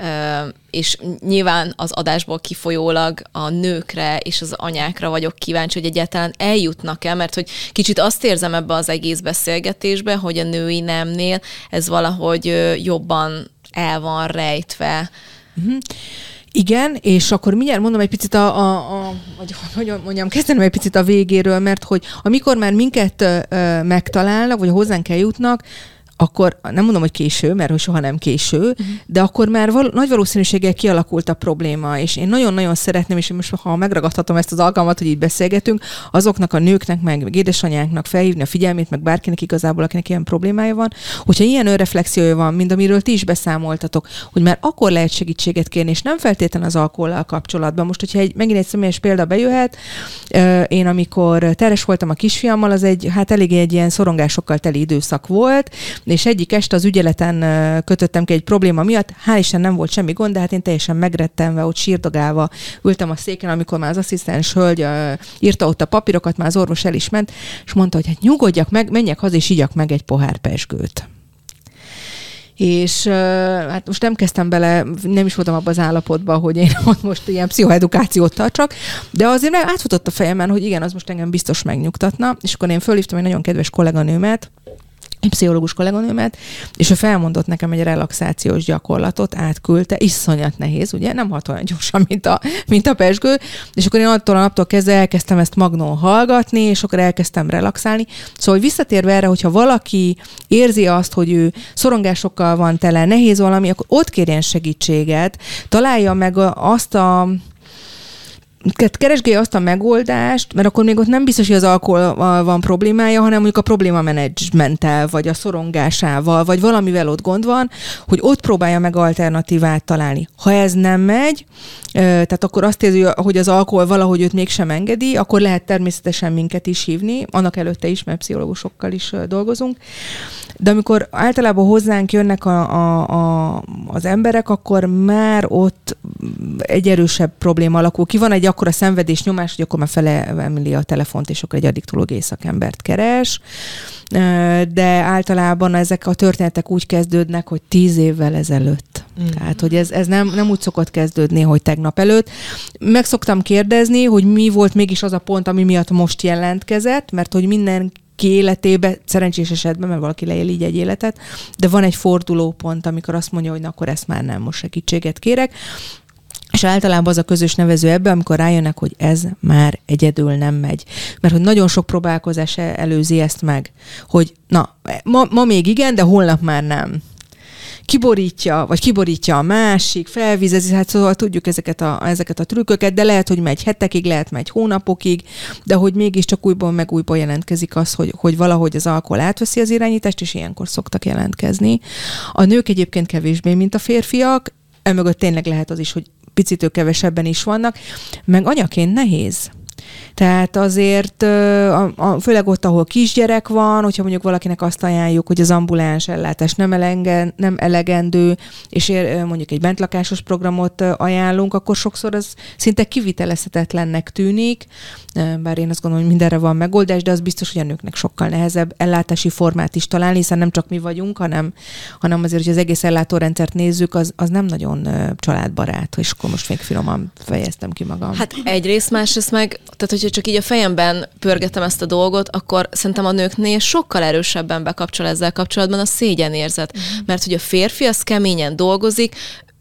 és nyilván az adásból kifolyólag a nőkre és az anyákra vagyok kíváncsi, hogy egyáltalán eljutnak el, mert hogy kicsit azt érzem ebbe az egész beszélgetésbe, hogy a női nemnél ez valahogy jobban el van rejtve. Uh-huh. Igen, és akkor mindjárt mondom egy picit a, a, a vagy hogy mondjam, kezdenem egy picit a végéről, mert hogy amikor már minket ö, megtalálnak, vagy hozzánk eljutnak, akkor nem mondom, hogy késő, mert hogy soha nem késő, uh-huh. de akkor már val- nagy valószínűséggel kialakult a probléma, és én nagyon-nagyon szeretném, és most ha megragadhatom ezt az alkalmat, hogy így beszélgetünk, azoknak a nőknek, meg, meg édesanyáknak felhívni a figyelmét, meg bárkinek igazából, akinek ilyen problémája van, hogyha ilyen önreflexiója van, mint amiről ti is beszámoltatok, hogy már akkor lehet segítséget kérni, és nem feltétlenül az alkohollal kapcsolatban. Most, hogyha egy, megint egy személyes példa bejöhet, én amikor teres voltam a kisfiammal, az egy, hát eléggé egy ilyen szorongásokkal teli időszak volt, és egyik este az ügyeleten kötöttem ki egy probléma miatt, hál' Isten nem volt semmi gond, de hát én teljesen megrettenve, ott sírdogálva ültem a széken, amikor már az asszisztens hölgy írta ott a papírokat, már az orvos el is ment, és mondta, hogy hát nyugodjak meg, menjek haza, és igyak meg egy pohár pezsgőt. És hát most nem kezdtem bele, nem is voltam abban az állapotban, hogy én ott most ilyen pszichoedukációt tartsak, de azért meg átfutott a fejemen, hogy igen, az most engem biztos megnyugtatna, és akkor én fölhívtam egy nagyon kedves kolléganőmet, egy pszichológus kolléganőmet, és ő felmondott nekem egy relaxációs gyakorlatot, átküldte, iszonyat nehéz, ugye, nem hat olyan gyorsan, mint a, mint a pezsgő, és akkor én attól a naptól kezdve elkezdtem ezt magnón hallgatni, és akkor elkezdtem relaxálni. Szóval, hogy visszatérve erre, hogyha valaki érzi azt, hogy ő szorongásokkal van tele, nehéz valami, akkor ott kérjen segítséget, találja meg azt a keresgélje azt a megoldást, mert akkor még ott nem biztos, hogy az alkohol van problémája, hanem mondjuk a probléma menedzsmenttel, vagy a szorongásával, vagy valamivel ott gond van, hogy ott próbálja meg alternatívát találni. Ha ez nem megy, tehát akkor azt érzi, hogy az alkohol valahogy őt mégsem engedi, akkor lehet természetesen minket is hívni, annak előtte is, mert pszichológusokkal is dolgozunk. De amikor általában hozzánk jönnek a, a, a, az emberek, akkor már ott egy erősebb probléma alakul ki. Van egy akkora szenvedés nyomás, hogy akkor már felemeli a telefont, és akkor egy addiktológiai szakembert keres. De általában ezek a történetek úgy kezdődnek, hogy tíz évvel ezelőtt. Mm. Tehát, hogy ez, ez nem, nem úgy szokott kezdődni, hogy tegnap előtt. Meg szoktam kérdezni, hogy mi volt mégis az a pont, ami miatt most jelentkezett, mert hogy minden életébe, szerencsés esetben, mert valaki leél így egy életet, de van egy fordulópont, amikor azt mondja, hogy na, akkor ezt már nem, most segítséget kérek. És általában az a közös nevező ebbe, amikor rájönnek, hogy ez már egyedül nem megy. Mert hogy nagyon sok próbálkozás előzi ezt meg, hogy na, ma, ma még igen, de holnap már nem. Kiborítja, vagy kiborítja a másik, felvízezi, hát szóval tudjuk ezeket a, ezeket a trükköket, de lehet, hogy megy hetekig, lehet megy hónapokig, de hogy mégiscsak újból meg újból jelentkezik az, hogy, hogy valahogy az alkohol átveszi az irányítást, és ilyenkor szoktak jelentkezni. A nők egyébként kevésbé, mint a férfiak, emögött tényleg lehet az is, hogy picit ők kevesebben is vannak, meg anyaként nehéz. Tehát azért, a, a, főleg ott, ahol kisgyerek van, hogyha mondjuk valakinek azt ajánljuk, hogy az ambuláns ellátás nem, elegen, nem elegendő, és ér, mondjuk egy bentlakásos programot ajánlunk, akkor sokszor az szinte kivitelezhetetlennek tűnik, bár én azt gondolom, hogy mindenre van megoldás, de az biztos, hogy a nőknek sokkal nehezebb ellátási formát is találni, hiszen nem csak mi vagyunk, hanem, hanem azért, hogy az egész ellátórendszert nézzük, az, az nem nagyon családbarát, és akkor most még finoman fejeztem ki magam. Hát egyrészt, másrészt meg, tehát hogyha csak így a fejemben pörgetem ezt a dolgot, akkor szerintem a nőknél sokkal erősebben bekapcsol ezzel kapcsolatban a szégyenérzet. Mm. Mert hogy a férfi az keményen dolgozik,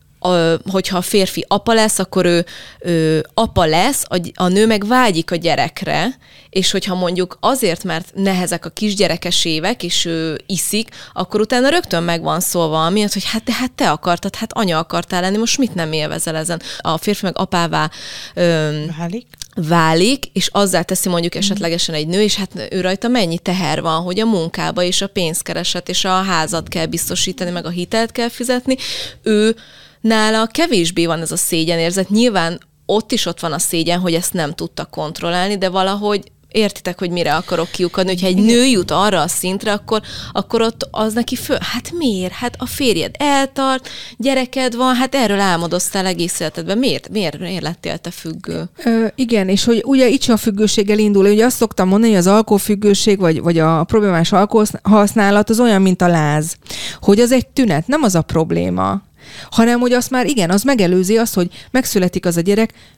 A, hogyha a férfi apa lesz, akkor ő, ő apa lesz, a, a nő meg vágyik a gyerekre, és hogyha mondjuk azért, mert nehezek a kisgyerekes évek, és ő iszik, akkor utána rögtön meg van szólva amiatt, hogy hát, de hát te akartad, hát anya akartál lenni, most mit nem élvezel ezen? A férfi meg apává öm, válik. válik, és azzá teszi mondjuk esetlegesen egy nő, és hát ő rajta mennyi teher van, hogy a munkába és a pénzkereset, és a házat kell biztosítani, meg a hitelt kell fizetni. Ő nála kevésbé van ez a szégyenérzet. Nyilván ott is ott van a szégyen, hogy ezt nem tudta kontrollálni, de valahogy értitek, hogy mire akarok kiukadni, hogyha egy nő jut arra a szintre, akkor, akkor ott az neki föl, hát miért? Hát a férjed eltart, gyereked van, hát erről álmodoztál egész életedben. Miért? Miért, miért lettél te függő? Ö, igen, és hogy ugye itt sem a függőséggel indul. Ugye azt szoktam mondani, hogy az alkoholfüggőség, vagy, vagy a problémás alkoholhasználat az olyan, mint a láz. Hogy az egy tünet, nem az a probléma, hanem hogy azt már igen, az megelőzi azt, hogy megszületik az a gyerek,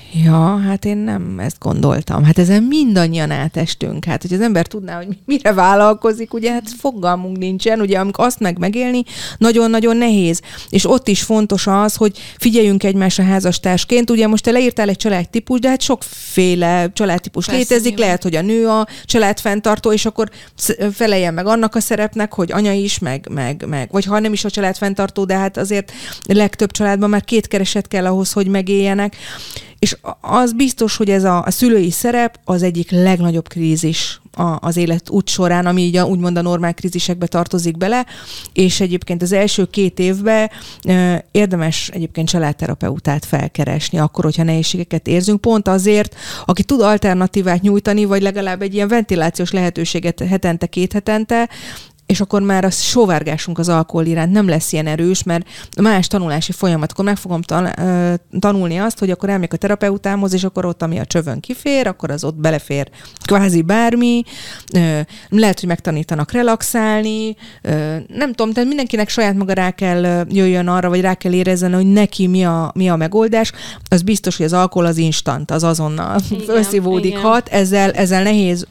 Ja, hát én nem ezt gondoltam. Hát ezen mindannyian átestünk. Hát, hogy az ember tudná, hogy mire vállalkozik, ugye hát fogalmunk nincsen, ugye amikor azt meg megélni, nagyon-nagyon nehéz. És ott is fontos az, hogy figyeljünk egymásra házastársként. Ugye most te leírtál egy családtípus, de hát sokféle családtípus Persze, létezik. Nyilván. Lehet, hogy a nő a családfenntartó, és akkor feleljen meg annak a szerepnek, hogy anya is, meg, meg, meg. Vagy ha nem is a családfenntartó, de hát azért legtöbb családban már két kereset kell ahhoz, hogy megéljenek. És az biztos, hogy ez a, a szülői szerep az egyik legnagyobb krízis a, az élet út során, ami így a, úgymond a normál krízisekbe tartozik bele, és egyébként az első két évben e, érdemes egyébként családterapeutát felkeresni, akkor, hogyha nehézségeket érzünk, pont azért, aki tud alternatívát nyújtani, vagy legalább egy ilyen ventilációs lehetőséget hetente, két hetente, és akkor már a sóvárgásunk az alkohol iránt nem lesz ilyen erős, mert más tanulási folyamat, akkor meg fogom tanulni azt, hogy akkor elmegyek a terapeutámhoz, és akkor ott, ami a csövön kifér, akkor az ott belefér kvázi bármi, lehet, hogy megtanítanak relaxálni, nem tudom, tehát mindenkinek saját maga rá kell jöjjön arra, vagy rá kell érezzen, hogy neki mi a, mi a megoldás. Az biztos, hogy az alkohol az instant, az azonnal felszívódik hat, ezzel, ezzel nehéz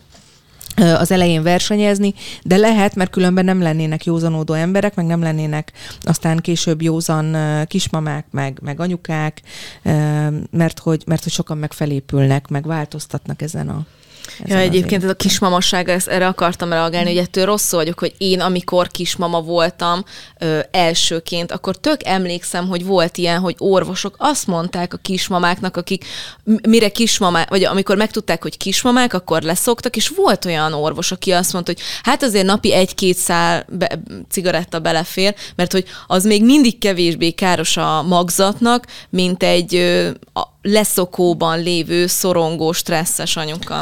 az elején versenyezni, de lehet, mert különben nem lennének józanódó emberek, meg nem lennének aztán később józan kismamák, meg, meg anyukák, mert hogy, mert hogy sokan megfelépülnek, meg változtatnak ezen a Ja, egyébként ez a kismamasság, ezt, erre akartam reagálni, hogy ettől rosszul vagyok, hogy én, amikor kismama voltam ö, elsőként, akkor tök emlékszem, hogy volt ilyen, hogy orvosok azt mondták a kismamáknak, akik mire kismamák, vagy amikor megtudták, hogy kismamák, akkor leszoktak, és volt olyan orvos, aki azt mondta, hogy hát azért napi egy-két szál be, cigaretta belefér, mert hogy az még mindig kevésbé káros a magzatnak, mint egy ö, a leszokóban lévő, szorongó, stresszes anyuka.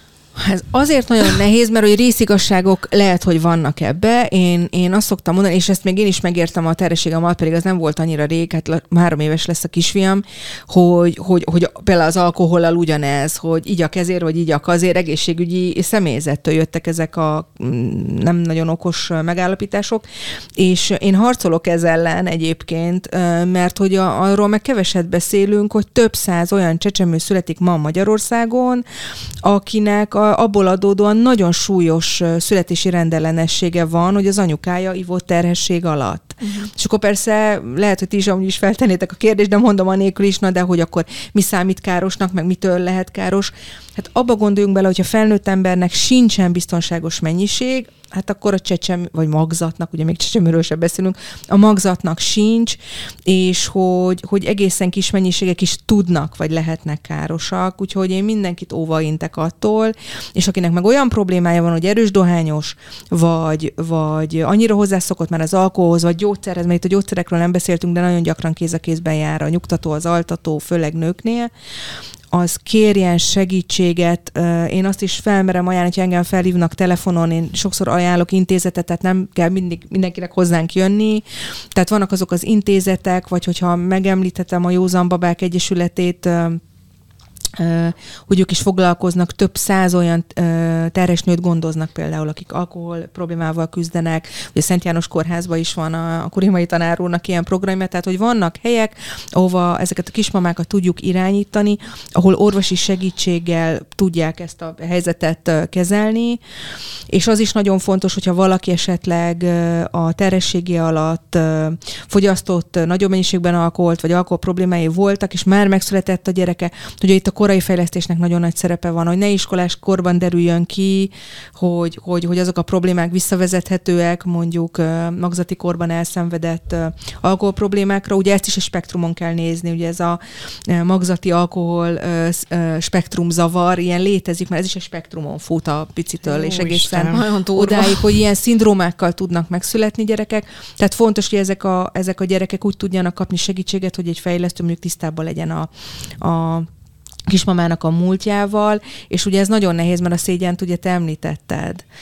Ez azért nagyon nehéz, mert hogy részigazságok lehet, hogy vannak ebbe. Én, én azt szoktam mondani, és ezt még én is megértem a terhességem alatt, pedig az nem volt annyira rég, hát három éves lesz a kisfiam, hogy, hogy, hogy például az alkohollal ugyanez, hogy így a kezér, vagy így a kazér, egészségügyi személyzettől jöttek ezek a nem nagyon okos megállapítások, és én harcolok ez ellen egyébként, mert hogy a, arról meg keveset beszélünk, hogy több száz olyan csecsemő születik ma Magyarországon, akinek abból adódóan nagyon súlyos születési rendellenessége van, hogy az anyukája ivott terhesség alatt. Uh-huh. És akkor persze lehet, hogy ti is amúgy is feltennétek a kérdést, de mondom anélkül is, na de hogy akkor mi számít károsnak, meg mitől lehet káros. Hát abba gondoljunk bele, hogyha felnőtt embernek sincsen biztonságos mennyiség, hát akkor a csecsemő, vagy magzatnak, ugye még csecsemőről sem beszélünk, a magzatnak sincs, és hogy, hogy egészen kis mennyiségek is tudnak, vagy lehetnek károsak, úgyhogy én mindenkit óvaintek attól, és akinek meg olyan problémája van, hogy erős dohányos, vagy, vagy annyira hozzászokott már az alkoholhoz, vagy gyógyszerhez, mert itt a gyógyszerekről nem beszéltünk, de nagyon gyakran kéz a kézben jár a nyugtató, az altató, főleg nőknél, az kérjen segítséget. Én azt is felmerem ajánlani, hogy engem felhívnak telefonon, én sokszor ajánlok intézetet, tehát nem kell mindig, mindenkinek hozzánk jönni. Tehát vannak azok az intézetek, vagy hogyha megemlíthetem a Józan Babák Egyesületét, hogy ők is foglalkoznak, több száz olyan terhes nőt gondoznak például, akik alkohol problémával küzdenek, ugye Szent János Kórházban is van a, a Kurimai tanár úrnak ilyen programja, tehát hogy vannak helyek, ahova ezeket a kismamákat tudjuk irányítani, ahol orvosi segítséggel tudják ezt a helyzetet kezelni, és az is nagyon fontos, hogyha valaki esetleg a terhessége alatt fogyasztott nagyobb mennyiségben alkoholt, vagy alkohol problémái voltak, és már megszületett a gyereke, ugye itt a korai fejlesztésnek nagyon nagy szerepe van, hogy ne iskolás korban derüljön ki, hogy, hogy, hogy azok a problémák visszavezethetőek, mondjuk magzati korban elszenvedett alkohol problémákra. Ugye ezt is a spektrumon kell nézni, ugye ez a magzati alkohol spektrumzavar, ilyen létezik, mert ez is a spektrumon fut a picitől, Ó, és egészen odáig, hogy ilyen szindrómákkal tudnak megszületni gyerekek. Tehát fontos, hogy ezek a, ezek a gyerekek úgy tudjanak kapni segítséget, hogy egy fejlesztő mondjuk tisztában legyen a, a kismamának a múltjával, és ugye ez nagyon nehéz, mert a szégyent ugye te említetted.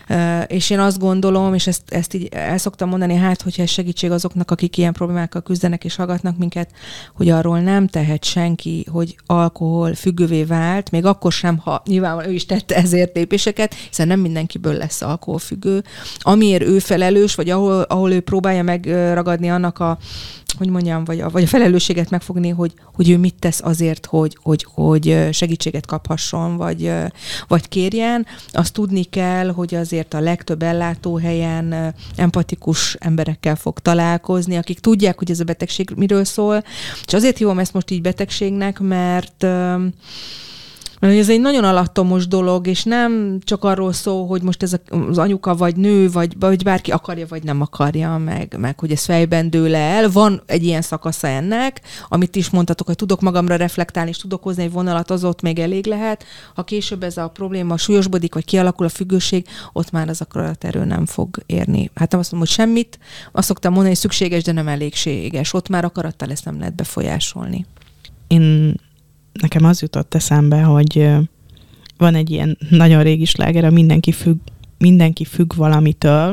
És én azt gondolom, és ezt, ezt így el szoktam mondani, hát, hogyha ez segítség azoknak, akik ilyen problémákkal küzdenek és hallgatnak minket, hogy arról nem tehet senki, hogy alkohol függővé vált, még akkor sem, ha nyilván ő is tette ezért lépéseket, hiszen nem mindenkiből lesz alkoholfüggő. Amiért ő felelős, vagy ahol, ahol ő próbálja megragadni annak a, hogy mondjam, vagy a, vagy a felelősséget megfogni, hogy, hogy ő mit tesz azért, hogy, hogy, hogy segítséget kaphasson, vagy, vagy kérjen. Azt tudni kell, hogy azért a legtöbb ellátóhelyen empatikus emberekkel fog találkozni, akik tudják, hogy ez a betegség miről szól. És azért hívom ezt most így betegségnek, mert mert ez egy nagyon alattomos dolog, és nem csak arról szól, hogy most ez az anyuka vagy nő, vagy, vagy bárki akarja, vagy nem akarja, meg, meg hogy ez fejben dől el. Van egy ilyen szakasza ennek, amit is mondtatok, hogy tudok magamra reflektálni, és tudok hozni egy vonalat, az ott még elég lehet. Ha később ez a probléma súlyosbodik, vagy kialakul a függőség, ott már az akaraterő nem fog érni. Hát nem azt mondom, hogy semmit, azt szoktam mondani, hogy szükséges, de nem elégséges. Ott már akarattal ezt nem lehet befolyásolni. Én Nekem az jutott eszembe, hogy van egy ilyen nagyon régi sláger, a mindenki függ, mindenki függ valamitől,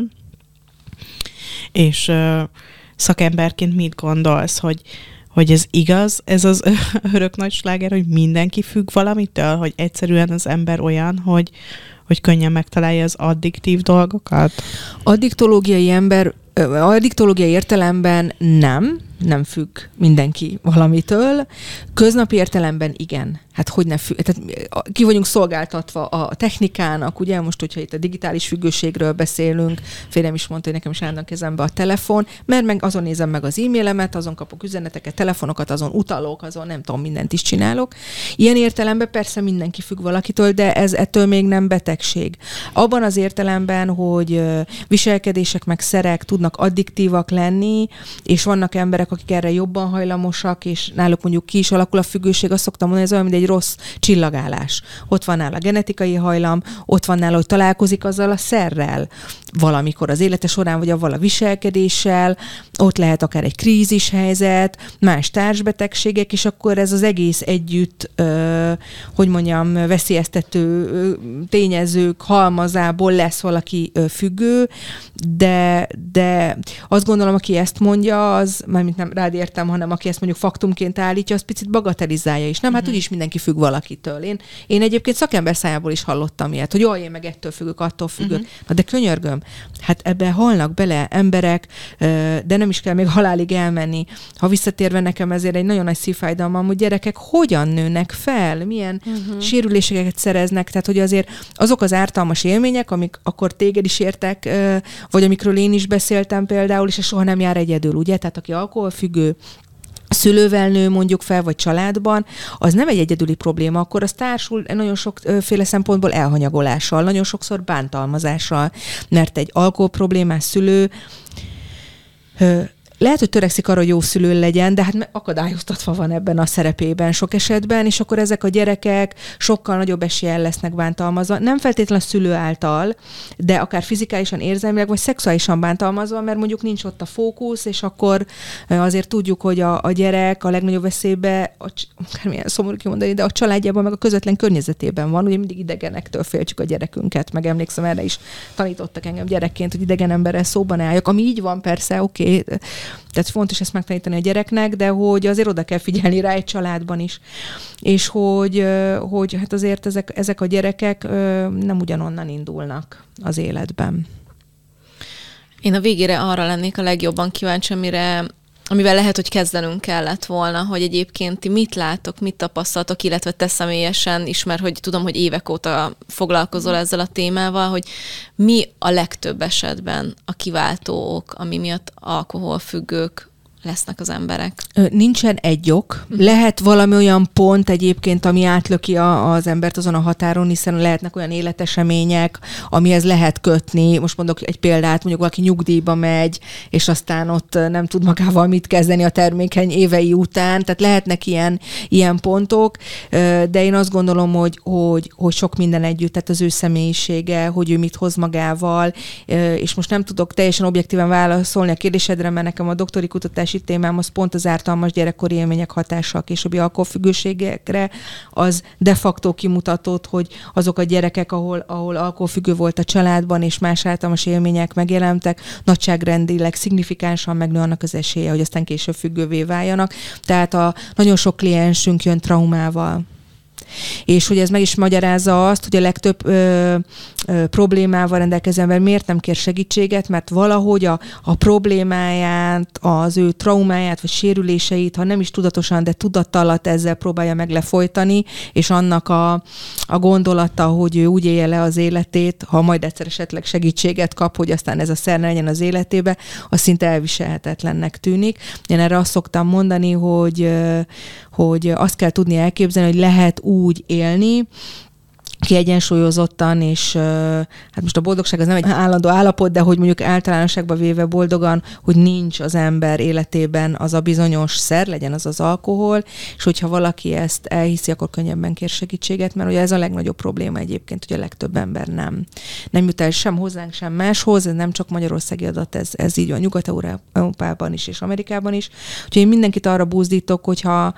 és szakemberként mit gondolsz, hogy, hogy ez igaz, ez az örök nagy sláger, hogy mindenki függ valamitől, hogy egyszerűen az ember olyan, hogy, hogy könnyen megtalálja az addiktív dolgokat? Addiktológiai ember addiktológiai értelemben nem, nem függ mindenki valamitől. Köznapi értelemben igen. Hát hogy ne függ, tehát ki vagyunk szolgáltatva a technikának, ugye most, hogyha itt a digitális függőségről beszélünk, férjem is mondta, hogy nekem is állandóan kezembe a telefon, mert meg azon nézem meg az e-mailemet, azon kapok üzeneteket, telefonokat, azon utalok, azon nem tudom, mindent is csinálok. Ilyen értelemben persze mindenki függ valakitől, de ez ettől még nem betegség. Abban az értelemben, hogy viselkedések meg szerek tudnak addiktívak lenni, és vannak emberek, akik erre jobban hajlamosak, és náluk mondjuk ki is alakul a függőség, azt szoktam mondani, ez olyan, mint egy rossz csillagállás. Ott van nála a genetikai hajlam, ott van nála, hogy találkozik azzal a szerrel valamikor az élete során, vagy avval a viselkedéssel, ott lehet akár egy krízis helyzet, más társbetegségek, és akkor ez az egész együtt, ö, hogy mondjam, veszélyeztető ö, tényezők halmazából lesz valaki ö, függő, de, de azt gondolom, aki ezt mondja, az, mármint nem rád értem, hanem aki ezt mondjuk faktumként állítja, az picit bagatelizálja is. Nem, hát úgyis mindenki függ valakitől. Én, én egyébként szakember szájából is hallottam ilyet, hogy jaj, én meg ettől függök, attól függök. Uh-huh. Na de könyörgöm, hát ebben halnak bele emberek, de nem is kell még halálig elmenni. Ha visszatérve nekem ezért egy nagyon nagy szívfájdalmam, hogy gyerekek hogyan nőnek fel, milyen uh-huh. sérüléseket szereznek, tehát hogy azért azok az ártalmas élmények, amik akkor téged is értek, vagy amikről én is beszéltem például, és ez soha nem jár egyedül, ugye? Tehát aki alkoholfüggő, szülővel nő mondjuk fel, vagy családban, az nem egy egyedüli probléma, akkor az társul nagyon sokféle szempontból elhanyagolással, nagyon sokszor bántalmazással, mert egy alkoholproblémás szülő lehet, hogy törekszik arra, hogy jó szülő legyen, de hát akadályoztatva van ebben a szerepében sok esetben, és akkor ezek a gyerekek sokkal nagyobb eséllyel lesznek bántalmazva. Nem feltétlenül a szülő által, de akár fizikálisan, érzelmileg, vagy szexuálisan bántalmazva, mert mondjuk nincs ott a fókusz, és akkor azért tudjuk, hogy a, a gyerek a legnagyobb veszélybe, akármilyen szomorú kimondani, de a családjában, meg a közvetlen környezetében van. Ugye mindig idegenektől féltjük a gyerekünket, meg emlékszem, erre is tanítottak engem gyerekként, hogy idegen emberrel szóban álljak, ami így van persze, oké, okay. Tehát fontos ezt megtanítani a gyereknek, de hogy azért oda kell figyelni rá egy családban is. És hogy, hogy hát azért ezek, ezek a gyerekek nem ugyanonnan indulnak az életben. Én a végére arra lennék a legjobban kíváncsi, amire, amivel lehet, hogy kezdenünk kellett volna, hogy egyébként ti mit látok, mit tapasztaltok, illetve te személyesen is, mert hogy tudom, hogy évek óta foglalkozol ezzel a témával, hogy mi a legtöbb esetben a kiváltó ok, ami miatt alkoholfüggők lesznek az emberek? Nincsen egy ok. Lehet valami olyan pont egyébként, ami átlöki a, az embert azon a határon, hiszen lehetnek olyan életesemények, amihez lehet kötni. Most mondok egy példát, mondjuk valaki nyugdíjba megy, és aztán ott nem tud magával mit kezdeni a termékeny évei után. Tehát lehetnek ilyen, ilyen pontok, de én azt gondolom, hogy, hogy, hogy sok minden együtt, tehát az ő személyisége, hogy ő mit hoz magával, és most nem tudok teljesen objektíven válaszolni a kérdésedre, mert nekem a doktori kutatás másik témám az pont az ártalmas gyerekkori élmények hatása a későbbi alkoholfüggőségekre, az de facto kimutatott, hogy azok a gyerekek, ahol, ahol alkoholfüggő volt a családban, és más ártalmas élmények megjelentek, nagyságrendileg szignifikánsan megnő annak az esélye, hogy aztán később függővé váljanak. Tehát a, nagyon sok kliensünk jön traumával. És hogy ez meg is magyarázza azt, hogy a legtöbb ö, ö, problémával rendelkező ember miért nem kér segítséget, mert valahogy a, a problémáját, az ő traumáját, vagy sérüléseit, ha nem is tudatosan, de tudattalat ezzel próbálja meg lefolytani, és annak a, a gondolata, hogy ő úgy élje le az életét, ha majd egyszer esetleg segítséget kap, hogy aztán ez a szer ne legyen az életébe, az szinte elviselhetetlennek tűnik. Én erre azt szoktam mondani, hogy, hogy azt kell tudni elképzelni, hogy lehet úgy élni, kiegyensúlyozottan, és hát most a boldogság az nem egy állandó állapot, de hogy mondjuk általánosságban véve boldogan, hogy nincs az ember életében az a bizonyos szer, legyen az az alkohol, és hogyha valaki ezt elhiszi, akkor könnyebben kér segítséget, mert ugye ez a legnagyobb probléma egyébként, hogy a legtöbb ember nem, nem jut el sem hozzánk, sem máshoz, ez nem csak magyarországi adat, ez, ez így van Nyugat-Európában is, és Amerikában is. Úgyhogy én mindenkit arra buzdítok, hogyha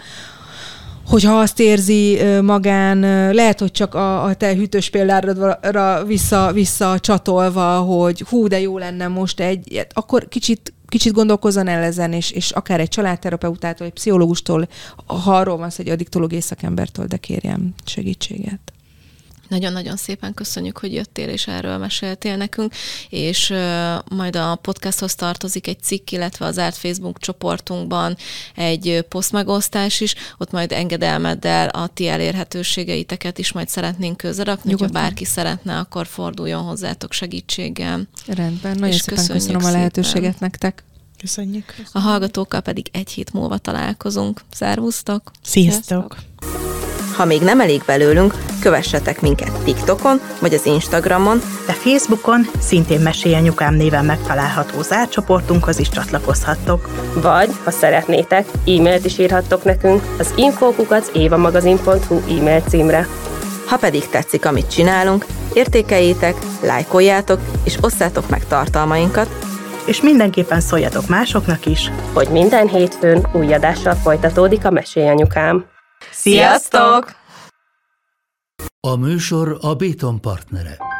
hogyha azt érzi magán, lehet, hogy csak a, a te hűtős példára vissza, vissza csatolva, hogy hú, de jó lenne most egy, akkor kicsit, kicsit gondolkozzon el ezen, és, és akár egy családterapeutától, egy pszichológustól, ha arról van szó, egy addiktológiai szakembertől, de kérjem segítséget. Nagyon-nagyon szépen köszönjük, hogy jöttél, és erről meséltél nekünk, és uh, majd a podcasthoz tartozik egy cikk, illetve az zárt Facebook csoportunkban egy posztmegosztás is, ott majd engedelmeddel a ti elérhetőségeiteket is majd szeretnénk közrerakni, hogyha bárki szeretne, akkor forduljon hozzátok segítséggel. Rendben, nagyon és szépen köszönöm a lehetőséget szépen nektek. Köszönjük. A hallgatókkal pedig egy hét múlva találkozunk. Szervusztok! Sziasztok! Sziasztok. Ha még nem elég belőlünk, kövessetek minket TikTokon, vagy az Instagramon, de Facebookon szintén Mesélj Anyukám néven megtalálható zárt csoportunkhoz is csatlakozhattok. Vagy, ha szeretnétek, e-mailt is írhattok nekünk az info kukac évamagazin pont hu e-mail címre. Ha pedig tetszik, amit csinálunk, értékeljétek, lájkoljátok, és osszátok meg tartalmainkat, és mindenképpen szóljatok másoknak is, hogy minden hétfőn új adással folytatódik a Mesélj Anyukám. Sziasztok! A műsor a Béton partnere.